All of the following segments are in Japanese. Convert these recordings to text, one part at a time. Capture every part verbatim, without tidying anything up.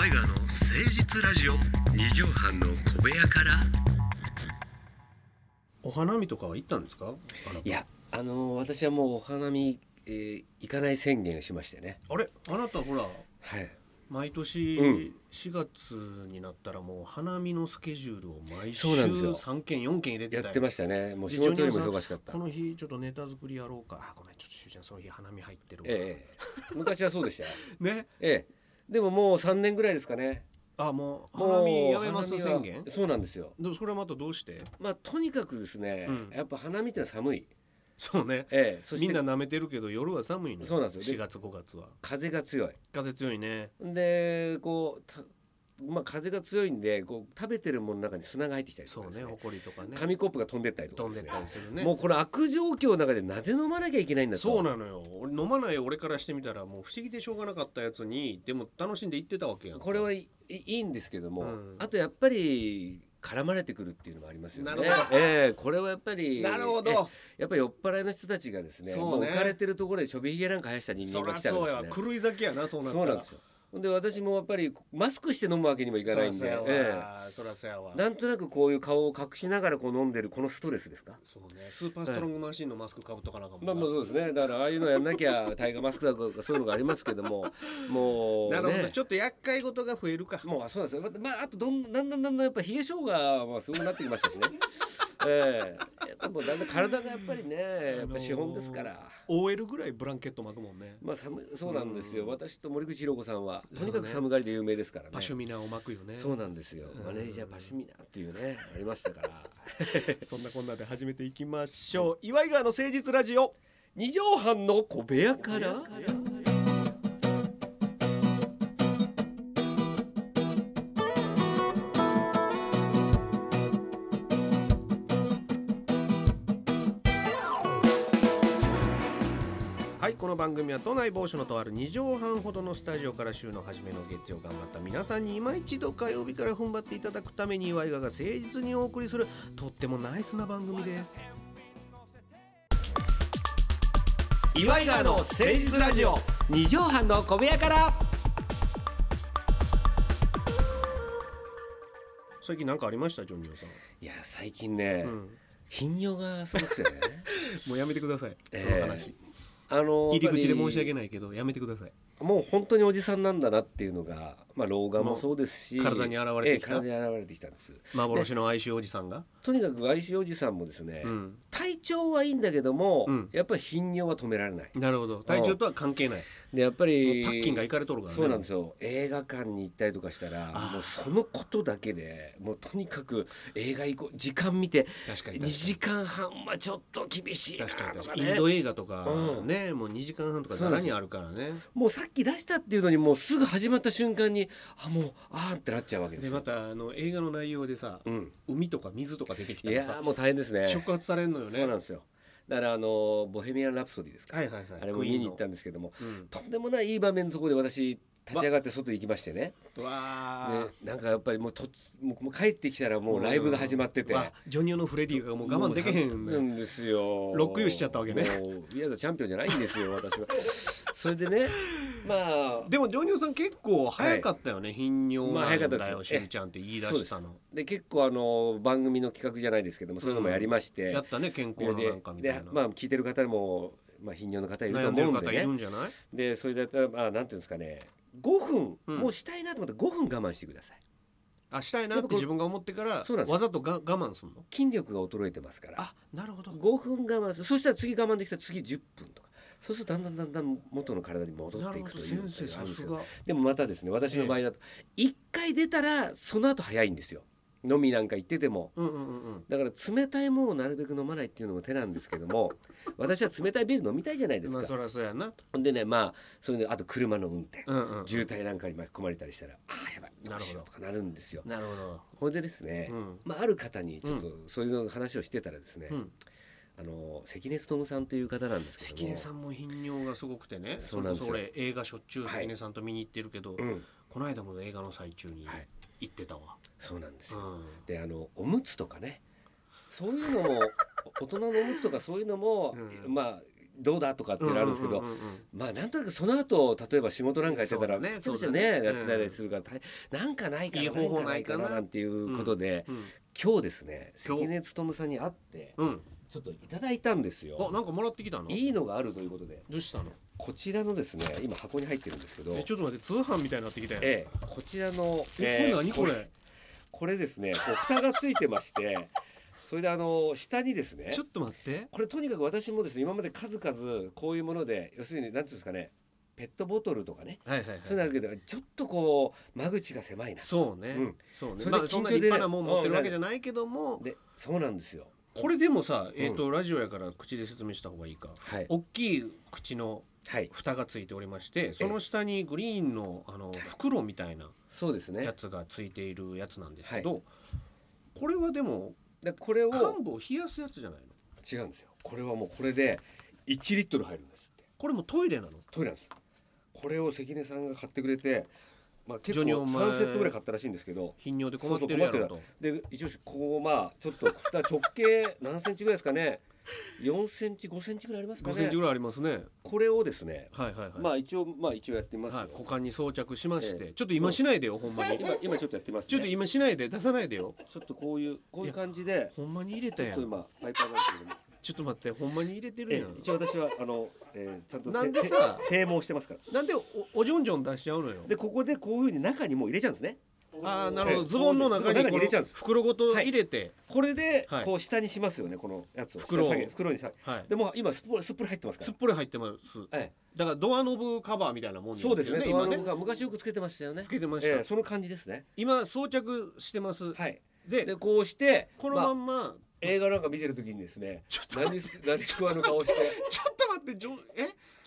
岩井川の誠実ラジオ。 二畳半の小部屋から。 お花見とかは行ったんですか？ いや、あのー、私はもうお花見、えー、行かない宣言をしましてね。 あれ、あなたほら、 はい、 毎年、うん、しがつになったらもう花見のスケジュールを毎週さんけんよんけん入れてたやってましたね。もう仕事よりも忙しかった。 この日ちょっとネタ作りやろうか。あ、ごめん、ちょっとしゅうちゃんその日花見入ってるわ、 ええ、昔はそうでしたよね、 ええ、でももうさんねんぐらいですかね。 あ、もう花見やめます宣言。 そうなんですよ。 でもそれはまたどうして？ まあとにかくですね、うん、やっぱ花見ってのは寒い。 そうね、 ええ、そしてみんな舐めてるけど夜は寒いの。 そうなんですよ。 しがつごがつは風が強い。 風強いね。 でこうまあ、風が強いんでこう食べてるものの中に砂が入ってきたりとかですね、 そうね、埃とかね、 紙コップが飛んでったりとかですね、 飛んでったりするね。 もうこの悪状況の中でなぜ飲まなきゃいけないんだと。 そうなのよ。俺飲まない俺からしてみたらもう不思議でしょうがなかったやつにでも楽しんで行ってたわけやん。 これはいい、いいんですけども、うん、あとやっぱり絡まれてくるっていうのもありますよね。 なるほど、 えー、これはやっぱりなるほど、 やっぱり酔っ払いの人たちがですね、もう置かれてるところでちょびひげなんか生やした人間が来たらですね、 そりゃそうや、狂い咲きやな。そうなったらそうなんですよ。で私もやっぱりマスクして飲むわけにもいかないんで、そりゃそうやわ。 なんとなくこういう顔を隠しながらこう飲んでるこのストレスですか。 そうね、スーパーストロングマシンのマスクかぶっとかなかも、 まあまあそうですね。だからああいうのやんなきゃタイガーマスクだとかそういうのがありますけども、もう、ね、 なるほど、ちょっと厄介事が増えるか。 もうそうですよ。まああとどんだんだんだんだんやっぱ冷え性がまあすごくなってきましたしね。ええ、やっぱもうだんだん体がやっぱりね、やっぱ資本ですから。 オーエル ぐらいブランケット巻くもんね。 まあ寒そうなんですよ。私と森口博子さんはとにかく寒がりで有名ですからね。 パシュミナを巻くよね。 そうなんですよ。マネージャーパシュミナっていうねありましたから。 そんなこんなで始めていきましょう。岩井川の誠実ラジオ、 二畳半の小部屋から。 はい、この番組は都内某所のとあるに畳半ほどのスタジオから週の初めの月曜頑張った皆さんに今一度火曜日から踏ん張っていただくために岩井川が誠実にお送りするとってもナイスな番組です。岩井川の誠実ラジオ、 二畳半の小部屋から。 最近何かありました？ジョニオさん。 いや最近ね、うん、頻尿がすごくてねもうやめてください、その話、えーあの入り口で申し訳ないけどやめてください。 もう本当におじさんなんだなっていうのが、まあ、老眼もそうですし体に現れてきた、 ええ、体に現れてきたんです。 幻の哀愁おじさんが、 とにかく哀愁おじさんもですね、うん、体調はいいんだけども、うん、やっぱり頻尿は止められない。 なるほど、体調とは関係ない。 でやっぱりパッキンがいかれとるからね。 そうなんですよ。映画館に行ったりとかしたらもうそのことだけでもうとにかく映画行こう時間見てにじかんはんはちょっと厳しいなとかね。 確かに確かにインド映画とか、うん、ねもうにじかんはんとかざらにあるからね。 もうさっき出したっていうのにもうすぐ始まった瞬間にあもうあーってなっちゃうわけですよ。 でまたあの映画の内容でさ、うん、海とか水とか出てきたらさ、 いやもう大変ですね。 触発されるのよね。 そうなんですよ。だからあのボヘミアン・ラプソディですか、 はいはいはい、 あれも家に行ったんですけども、うん、とんでもないいい場面のところで私立ち上がって外行きましてね。 わでなんかやっぱりもうともう帰ってきたらもうライブが始まってて、 ジョニオのフレディがもう我慢できへんんですよ。 ロックユーしちゃったわけね。 もうビアザチャンピオンじゃないんですよ私は。それでね、まあでもジョニオさん結構早かったよね、はい、頻尿なんだよ、 まあ、 しゅうちゃんって言い出したので, で結構あの番組の企画じゃないですけども、そういうのもやりまして、 うん、やったね、健康のなんかみたいな。 でで、まあ、聞いてる方も、まあ、頻尿の方いると思うんでね、 悩んでる方いるんじゃない？ でそれだったら、まあ、なんていうんですかね、ごふん、うん、もうしたいなと思ってごふん我慢してください。 あ、したいなって自分が思ってからわざとが我慢するの？ 筋力が衰えてますから。 あ、なるほど。 ごふん我慢する。そしたら次我慢できたら次じゅっぷんとか、そうするとだんだんだんだん元の体に戻っていくという。 先生さすが。 でもまたですね、私の場合だといっかい出たらその後早いんですよ。飲みなんか行ってても、うんうんうん、だから冷たいものをなるべく飲まないっていうのも手なんですけども私は冷たいビール飲みたいじゃないですか。 まあそりゃそうやな。 でね、まあそういうの、あと車の運転、うんうん、渋滞なんかに巻き込まれたりしたら、ああやばいどうしようとかなるんですよ。 なるほど。 ほいでですね、うん、まあ、ある方にちょっとそういうの話をしてたらですね、うん、あの関根勤さんという方なんですけども、 関根さんも頻尿がすごくてね、そうなんですよ。それ映画しょっちゅう関根さんと見に行ってるけど、はい、うん、この間も映画の最中に行ってたわ、はい、 そうなんですよ、うん、であのおむつとかね、そういうのも大人のおむつとかそういうのも、うん、まあどうだとかっていうのあるんですけど、うんうんうんうん、まあなんとなくその後例えば仕事なんかやってたらめちゃめちゃねやってたりするから、うん、なんかないかないい方法ないかななんていうことで、うんうん、今日ですね関根勤さんに会って、うん、ちょっといただいたんですよ。 あ、なんかもらってきたの？ いいのがあるということで。 どうしたの？ こちらのですね今箱に入ってるんですけど、 えちょっと待って通販みたいになってきたよ、 ええ、こちらのえこれ何これこれ、 これですねこう蓋がついてましてそれであの下にですねちょっと待ってこれとにかく私もですね今まで数々こういうもので要するに何ていうんですかねペットボトルとかね、 はいはいはい、 そういうのだけどちょっとこう間口が狭いな。 そうね、うん、そうね。それで緊張で、まあ、そんな立派なもん持ってるわけじゃないけども、 でそうなんですよ。 これでもさ、えーとうん、ラジオやから口で説明した方がいいか、はい、大きい口の蓋がついておりまして、はい、その下にグリーンの、あの袋みたいなやつがついているやつなんですけど、はい、これはでもでこれを患部を冷やすやつじゃないの？ 違うんですよ。これはもうこれでいちリットル入るんですって。 これもトイレなの？ トイレなんですよ。これを関根さんが買ってくれて、まあ、結構さんセットぐらい買ったらしいんですけど、 頻尿で困ってるやろと。 で一応ここまあちょっと直径何センチぐらいですかねよんセンチごセンチぐらいありますかね。 ごセンチぐらいありますね。 これをですね、 はいはいはい、 まあ一応まあ一応やってみますよ、はい、 股間に装着しまして、えー、ちょっと今しないでよほんまに。 今今ちょっとやってますね。 ちょっと今しないで出さないでよ。 ちょっとこういうこういう感じでほんまに入れたやん。 ちょっと今パイパーなんですけども。 ちょっと待ってほんまに入れてるやん。 一応私はあの、えー、ちゃんとなんでさ堤防してますから。 なんで お, おじょんじょん出しちゃうのよ。 でここでこういう風に中にもう入れちゃうんですね。 ああなるほど、ズボンの中に入れちゃうんです。袋ごと入れて、はい、 これでこう下にしますよね、このやつを袋袋にさ、はい、でも今すっぽりすっぽり入ってますから。 すっぽり入ってます、はい、だからドアノブカバーみたいなもんですよね。 そうですね、ドアノブが昔よくつけてましたよね。 つけてました、 えー、その感じですね。 今装着してます。 はい。 で, でこうしてこのまんま、まあ、 映画なんか見てる時にですね、ちょっと何何ちくわの顔してちょっと待ってジョえ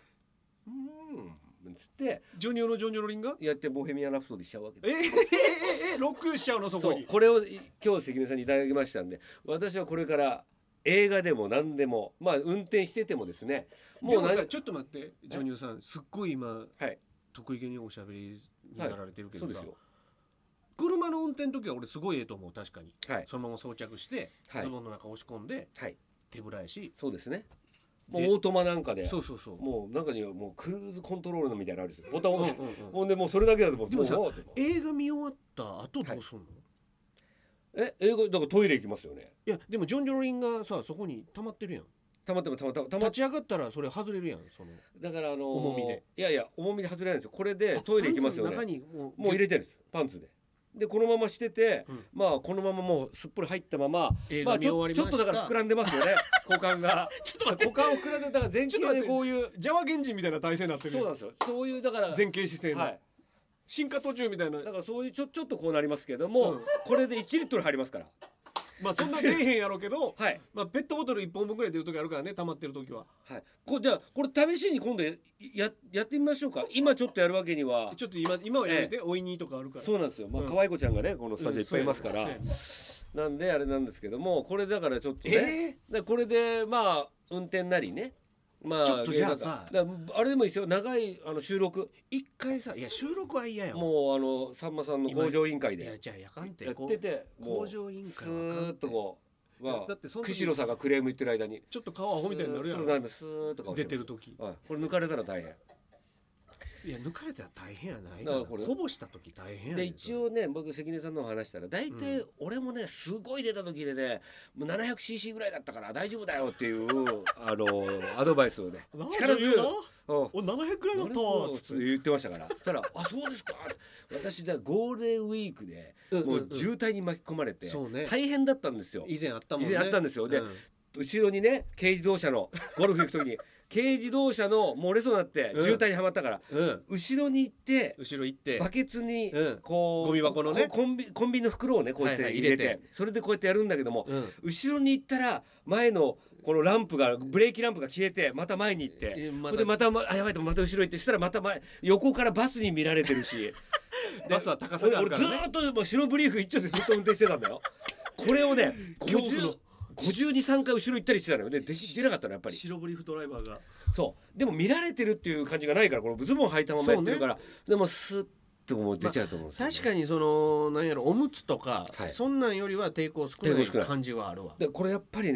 うんつってジョニオのジョニオのリンがやってボヘミアンラプソディしちゃうわけです。 えー、えー、えー、ロックしちゃうのそこに。 そうこれを今日関根さんにいただきましたんで、私はこれから映画でも何でもまあ運転しててもですね、 もうでもさちょっと待ってジョニオさんすっごい今、はい、得意げにおしゃべりになられてるけどさ、はい、そうですよ。車の運転の時は俺すごいええと思う。確かに、はい、そのまま装着して、はい、ズボンの中押し込んで、はい、手ぶらやし。 そうですね。もうオートマなんかでそうそうそうもう中にはもうクルーズコントロールのみたいなのあるんですよ。ボタンを押す、うんうんうん、ほんでもうそれだけだともうでもさ映画見終わった後どうすんの？ はい、え映画だからトイレ行きますよね。 いやでもジョンジョロリンがさそこに溜まってるやん。 溜まっても溜まっても溜ま立ち上がったらそれ外れるやん。そのだからあのー、 重みでいやいや重みで外れないんですよ。これでトイレ行きますよね。 中にもう, もう入れてるんですよパンツで。でこのまましてて、うん、まあこのままもうすっぽり入ったまま、まあちょ、ちょっとだから膨らんでますよね股間がちょっと待って股間を膨らんでだから前傾でこういうジャワ原人みたいな体勢になってる。 そうなんですよ。そういうだから前傾姿勢の、はい、進化途中みたいな。 だからそういうちょちょっとこうなりますけども、うん、これでいちリットル入りますから。 まあそんな出えへんやろうけど、はい、まあペットボトルいっぽんぶんぐらい出る時あるからね、溜まってる時は。 はい。こじゃあこれ試しに今度 や, や, やってみましょうか。今ちょっとやるわけにはちょっと今今はやめて、ええ、おいにとかあるから。 そうなんですよ。まあ可愛い子ちゃんがねこのスタジオいっぱいいますから、うん、なんであれなんですけども、これだからちょっとね、えー、これでまあ運転なりね。まあ、 ちょっとじゃあさあれでもいいですよ。長いあの収録一回さ、いや収録は嫌よ。 もうあのさんまさんの工場委員会でいやじゃあやかんてやってて、 工場委員会はスーッとこう、まあ、だってその釧路さんがクレーム言ってる間にちょっと顔アホみたいになるやん。 そうなんです。スーッと顔出てる時、 はい、これ抜かれたら大変。 いや抜かれたら大変やないな。これこぼした時大変やで一応ね、僕関根さんの話したら大体俺もねすごい出た時でねもう ななひゃくシーシー ぐらいだったから大丈夫だよっていうあのアドバイスをね力強いおななひゃくぐらいだったわっつって言ってましたから。そしたらあそうですか。私だゴールデンウィークでもう渋滞に巻き込まれて大変だったんですよ。 以前あったもんね。 以前あったんですよ。で後ろにね軽自動車のゴルフ行く時に軽自動車の漏れそうになって渋滞にはまったから、うん、後ろに行って後ろ行ってバケツにこう、 ゴミ箱のねコンビコンビニの袋をねこうやって入れて、はいはい、入れてそれでこうやってやるんだけども、うん、後ろに行ったら前のこのランプがブレーキランプが消えてまた前に行って、えー、ま、でまた、ま、あやばいとまた後ろ行ってしたらまた前横からバスに見られてるしバスは高さがあるからね。 俺ずっともう白ブリーフ一丁でずっと運転してたんだよこれをねごじゅうに、さんかい後ろ行ったりしてたのよね。で出なかったのやっぱり白ブリーフドライバーが。 そうでも見られてるっていう感じがないからこのズボン履いたままやってるから、ね、でもスッともう出ちゃうと思うんですよ、ね。 まあ、確かにそのなんやろおむつとか、はい、そんなんよりは抵抗少ない感じはあるわ。 でこれやっぱりね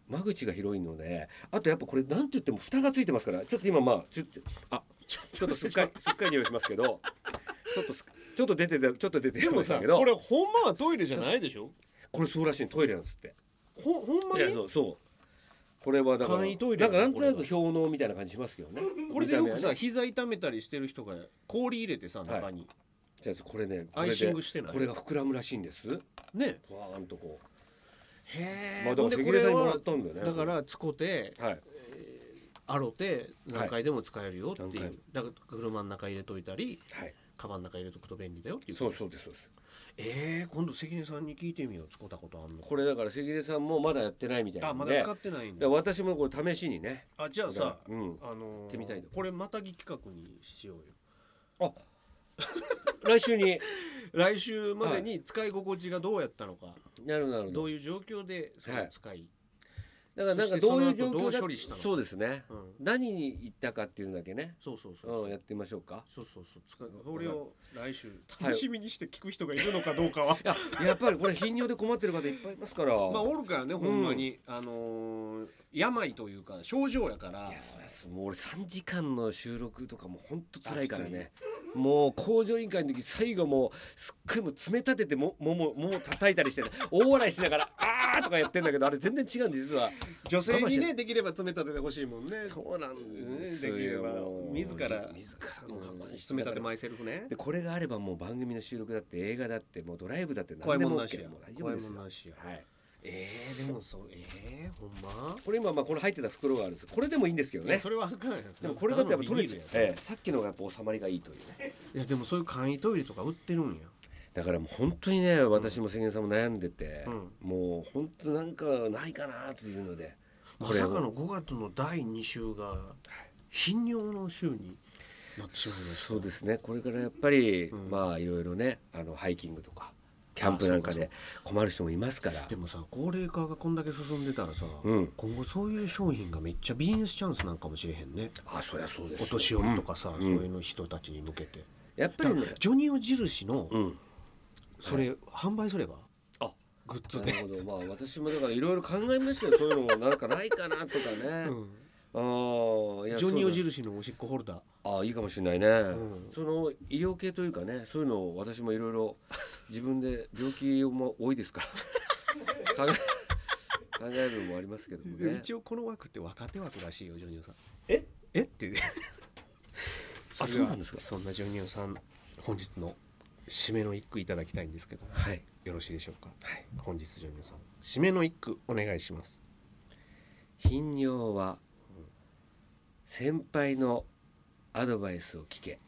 間口が広いので、あとやっぱこれなんて言っても蓋がついてますから、ちょっと今まあちょちょあちょっとすっかりすっかり匂いしますけど、ちょっとちょっと出てちょっと出てでもさ、これほんまはトイレじゃないでしょ。 これそうらしい、トイレなんですって。 ほほんまに。 いやそうそう。これはだから簡易トイレなんかなんとなく氷嚢みたいな感じしますけどね。 これでよくさ、膝痛めたりしてる人が氷入れてさ中に、 じゃあこれね、 アイシングしてない。 これが膨らむらしいんですね。 わーんとこう。 へえ。 まあだから関根さんにもらったんだよね。 だから使って、 はい、 あろて何回でも使えるよっていう。だから車の中入れといたり、はい、カバンの中入れとくと便利だよっていう。 そうそうですそうです。 えー、今度関根さんに聞いてみよう。使ったことあるの。 これだから関根さんもまだやってないみたいなんで。あ、まだ使ってないんだ。 私もこれ試しにね。 あ、じゃあさ、 うん、 あのー、 ってみたいこれまたぎ企画にしようよ。 あ、来週に来週までに使い心地がどうやったのか。 なるほどなるほど。 どういう状況でそれを使い。はい、 だからなんかどういう状況どう処理したのか。 そうですね、うん、何に行ったかっていうのだけね。 そうそうそう、 うん、やってみましょうか。 そうそうそう、使う。それを来週楽しみにして聞く人がいるのかどうかは、 いややっぱりこれ頻尿で困ってる方いっぱいいますから。 まあおるからね、ほんまに、うん、あのー、病というか症状やから。いや、 そりゃもう俺さんじかんの収録とかもほんと辛いからね。もう工場委員会の時最後もうすっごいもう爪立ててもももも叩いたりして、ね、大笑いしながらあーとかやってんだけど、あれ全然違うんで実は女性にねできれば爪立ててほしいもんね。 そうなんですよ、 できれば自ら自らも我慢して爪立てマイセルフね。 でこれがあればもう番組の収録だって映画だってもうドライブだって何でも OK、もう大丈夫ですよ。はい。 えー、でもそう、えー、ほんまこれ今まあこの入ってた袋があるんです。これでもいいんですけどね。 それはあかんやん。 でもこれだとやっぱ取れちゃう、ええ、さっきのがやっぱ収まりがいいというね。 いやでもそういう簡易トイレとか売ってるんや。 だからもう本当にね、私も関根さんも悩んでて、 うん、 もう本当なんかないかなというので、 まさかのごがつのだいに週が頻尿の週になってしまいました。 そうですね。これからやっぱり、うん、まあいろいろね、あのハイキングとかキャンプなんかで困る人もいますから。 でもさ、高齢化がこんだけ進んでたらさ、うん、今後そういう商品がめっちゃビジネスチャンスなんかもしれへんね。 あ、そりゃそうです。 お年寄りとかさ、うん、そういうの人たちに向けて、 やっぱりね、 ジョニオ印の、うん、それ、はい、販売すれば、 あ、 グッズで。 なるほど。まあ私もだからいろいろ考えましたよ。そういうのもなんかないかなとかね。うん、あ、いや、 ジョニオ印のおしっこホルダー。 ああ、いいかもしれないね、うん、その医療系というかね、そういうのを私もいろいろ自分で病気も多いですから考え、考えるのもありますけどもね。 一応この枠って若手枠らしいよ、ジョニオさん。 ええっていうあ、そうなんですか。 そんなジョニオさん、本日の締めの一句いただきたいんですけど、 はい、 よろしいでしょうか。 はい、 本日ジョニオさん、締めの一句お願いします。 頻尿は先輩のアドバイスを聞け。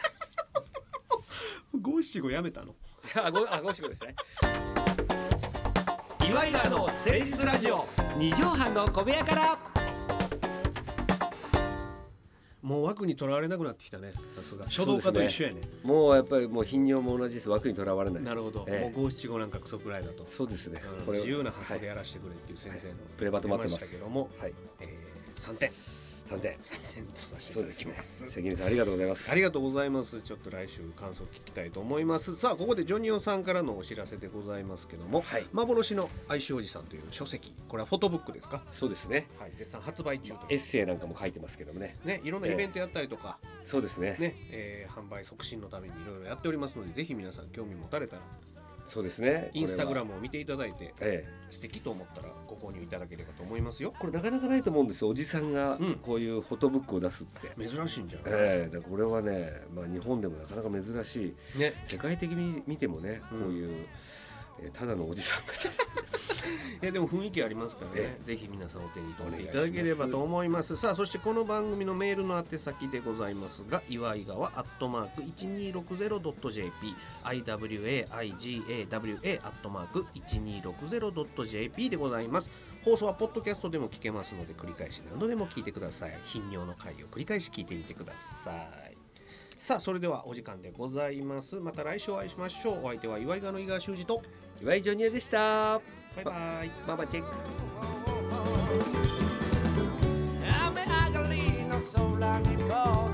五七五やめたの？ あ、ご、あ、五七五ですね。 岩井川の誠実ラジオ、 二畳半の小部屋から。 もう枠にとらわれなくなってきたね。さすが書道家と一緒やね。 もうやっぱりもう頻尿も同じです。枠にとらわれない。 なるほど、ええ、もう五七五なんかクソくらいだと。 そうですね、 うん、これ自由な発想でやらせてくれっていう先生の、はい、 プレバト待ってますけども、はい、えー、さんてんさんてんさんてんとさせていただきます。 関根さんありがとうございます。 ありがとうございます。ちょっと来週感想聞きたいと思います。さあここでジョニオさんからのお知らせでございますけども、はい、幻の愛しおじさんという書籍、これはフォトブックですか？ そうですね、 はい、絶賛発売中という。 エッセイなんかも書いてますけどもね、 ね、いろんなイベントやったりとか、 えー、そうですね、 ね、えー、販売促進のためにいろいろやっておりますので、ぜひ皆さん興味持たれたら、 そうですね、 インスタグラムを見ていただいて、 ええ、 素敵と思ったらご購入いただければと思いますよ。 これなかなかないと思うんですよ、おじさんがこういうフォトブックを出すって、 うん、珍しいんじゃない？ ええ、だからこれはね、まあ、日本でもなかなか珍しい、ね、世界的に見てもね、こういう、うん、えー、ただのおじさんがいやでも雰囲気ありますからね、ええ、ぜひ皆さんお手に取っていただければと思います。さあそしてこの番組のメールの宛先でございますが、岩井川アットマーク いちにーろくぜろドットジェーピー アイダブリューエーアイジーエーダブリューエー アットマーク いちにーろくぜろドットジェーピー でございます。放送はポッドキャストでも聞けますので、繰り返し何度でも聞いてください。頻尿の回を繰り返し聞いてみてください。さあそれではお時間でございます。また来週お会いしましょう。お相手は岩井川の井川修司と岩井ジョニオでした。 バイバイ。 ママチェック。 雨上がりの空にポーズ